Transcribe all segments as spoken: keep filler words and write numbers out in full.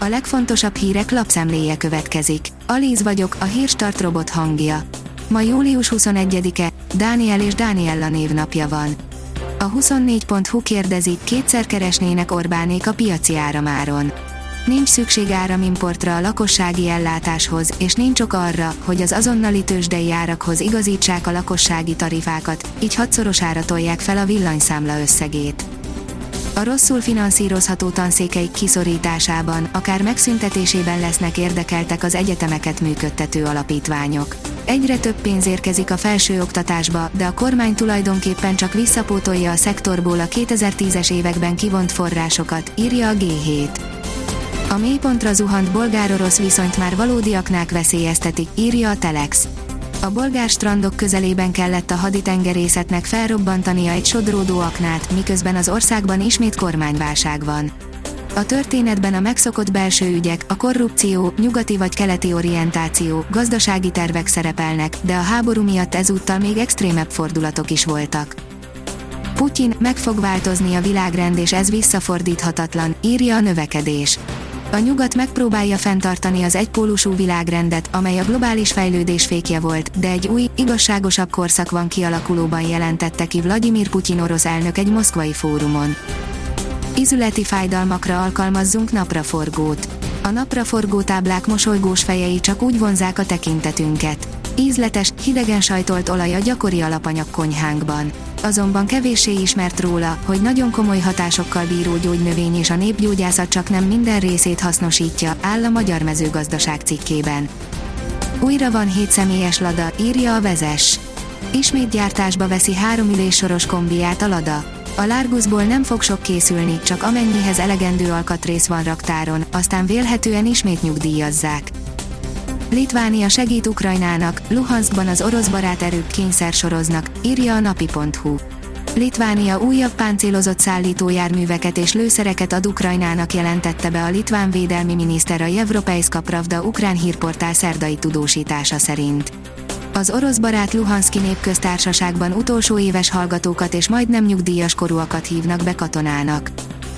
A legfontosabb hírek lapszemléje következik. Alíz vagyok, a Hírstart robot hangja. Ma július huszonegyedike, Dániel és Dániella névnapja van. A huszonnégy pont hu kérdezi, kétszer keresnének Orbánék a piaci áramáron. Nincs szükség áramimportra a lakossági ellátáshoz, és nincs ok arra, hogy az azonnali tőzsdei árakhoz igazítsák a lakossági tarifákat, így hatszorosára tolják fel a villanyszámla összegét. A rosszul finanszírozható tanszékeik kiszorításában, akár megszüntetésében lesznek érdekeltek az egyetemeket működtető alapítványok. Egyre több pénz érkezik a felsőoktatásba, de a kormány tulajdonképpen csak visszapótolja a szektorból a kétezer-tízes években kivont forrásokat, írja a gé hét. A mélypontra zuhant bolgár-orosz viszonyt már valódi aknák veszélyeztetik, írja a Telex. A bolgár strandok közelében kellett a haditengerészetnek felrobbantania egy sodródó aknát, miközben az országban ismét kormányválság van. A történetben a megszokott belső ügyek, a korrupció, nyugati vagy keleti orientáció, gazdasági tervek szerepelnek, de a háború miatt ezúttal még extrémebb fordulatok is voltak. Putyin, meg fog változni a világrend és ez visszafordíthatatlan, írja a Növekedés. A nyugat megpróbálja fenntartani az egypólusú világrendet, amely a globális fejlődés fékje volt, de egy új, igazságosabb korszak van kialakulóban, jelentette ki Vladimir Putyin orosz elnök egy moszkvai fórumon. Ízületi fájdalmakra alkalmazzunk napraforgót. A napraforgó táblák mosolygós fejei csak úgy vonzák a tekintetünket. Ízletes, hidegen sajtolt olaj a gyakori alapanyag konyhánkban. Azonban kevéssé ismert róla, hogy nagyon komoly hatásokkal bíró gyógynövény és a népgyógyászat csak nem minden részét hasznosítja, áll a Magyar Mezőgazdaság cikkében. Újra van hét személyes Lada, írja a Vezess. Ismét gyártásba veszi három üléssoros kombiját a Lada. A Largusból nem fog sok készülni, csak amennyihez elegendő alkatrész van raktáron, aztán vélhetően ismét nyugdíjazzák. Litvánia segít Ukrajnának, Luhanszkban az orosz barát erők kényszersoroznak, írja a napi pont hu. Litvánia újabb páncélozott szállítójárműveket és lőszereket ad Ukrajnának, jelentette be a litván védelmi miniszter a Jevropejszka Pravda ukrán hírportál szerdai tudósítása szerint. Az orosz barát Luhanszki népköztársaságban utolsó éves hallgatókat és majdnem nyugdíjas korúakat hívnak be katonának.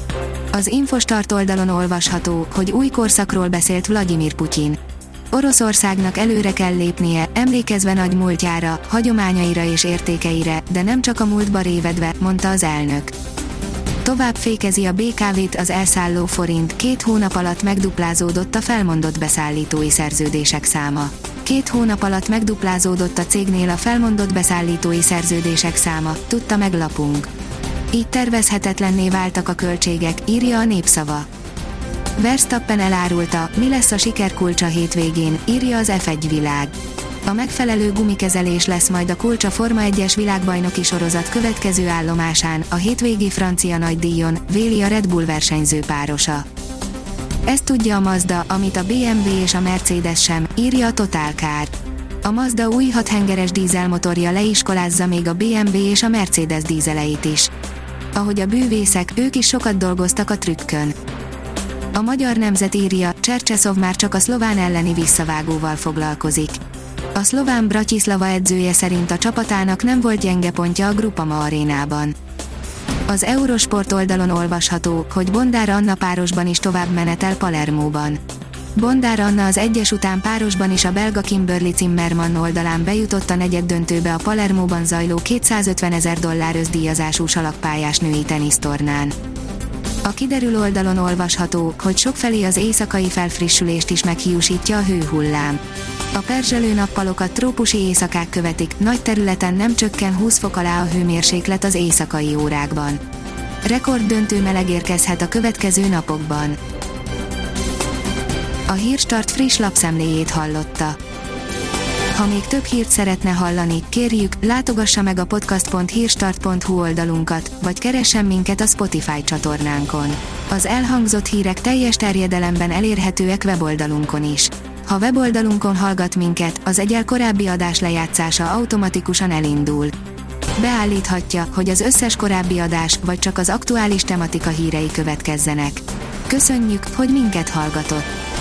Az Infostart oldalon olvasható, hogy új korszakról beszélt Vladimir Putyin. Oroszországnak előre kell lépnie, emlékezve nagy múltjára, hagyományaira és értékeire, de nem csak a múltba révedve, mondta az elnök. Tovább fékezi a bé ká vét az elszálló forint, két hónap alatt megduplázódott a felmondott beszállítói szerződések száma. Két hónap alatt megduplázódott a cégnél a felmondott beszállítói szerződések száma, tudta meg lapunk. Így tervezhetetlenné váltak a költségek, írja a Népszava. Verstappen elárulta, mi lesz a siker kulcsa hétvégén, írja az ef egy világ. A megfelelő gumikezelés lesz majd a kulcs a Forma egyes világbajnoki sorozat következő állomásán, a hétvégi francia nagydíjon, véli a Red Bull versenyző párosa. Ezt tudja a Mazda, amit a bé em vé és a Mercedes sem, írja a Total Car. A Mazda új hathengeres dízelmotorja leiskolázza még a bé em vé és a Mercedes dízeleit is. Ahogy a bűvészek, ők is sokat dolgoztak a trükkön. A Magyar Nemzet írja, Csercseszov már csak a szlován elleni visszavágóval foglalkozik. A szlován Bratislava edzője szerint a csapatának nem volt gyenge pontja a Groupama arénában. Az Eurosport oldalon olvasható, hogy Bondár Anna párosban is tovább menetel Palermóban. Bondár Anna az egyes után párosban is a belga Kimberly Zimmermann oldalán bejutott a negyeddöntőbe a Palermóban zajló kétszázötvenezer dollár özdíjazású salakpályás női tenisztornán. A kiderül oldalon olvasható, hogy sokfelé az éjszakai felfrissülést is meghiúsítja a hőhullám. A perzselő nappalokat trópusi éjszakák követik, nagy területen nem csökken húsz fok alá a hőmérséklet az éjszakai órákban. Rekorddöntő meleg érkezhet a következő napokban. A Hírstart friss lapszemléjét hallotta. Ha még több hírt szeretne hallani, kérjük, látogassa meg a podcast pont hírstart pont hu oldalunkat, vagy keressen minket a Spotify csatornánkon. Az elhangzott hírek teljes terjedelemben elérhetőek weboldalunkon is. Ha weboldalunkon hallgat minket, az egyel korábbi adás lejátszása automatikusan elindul. Beállíthatja, hogy az összes korábbi adás, vagy csak az aktuális tematika hírei következzenek. Köszönjük, hogy minket hallgatott!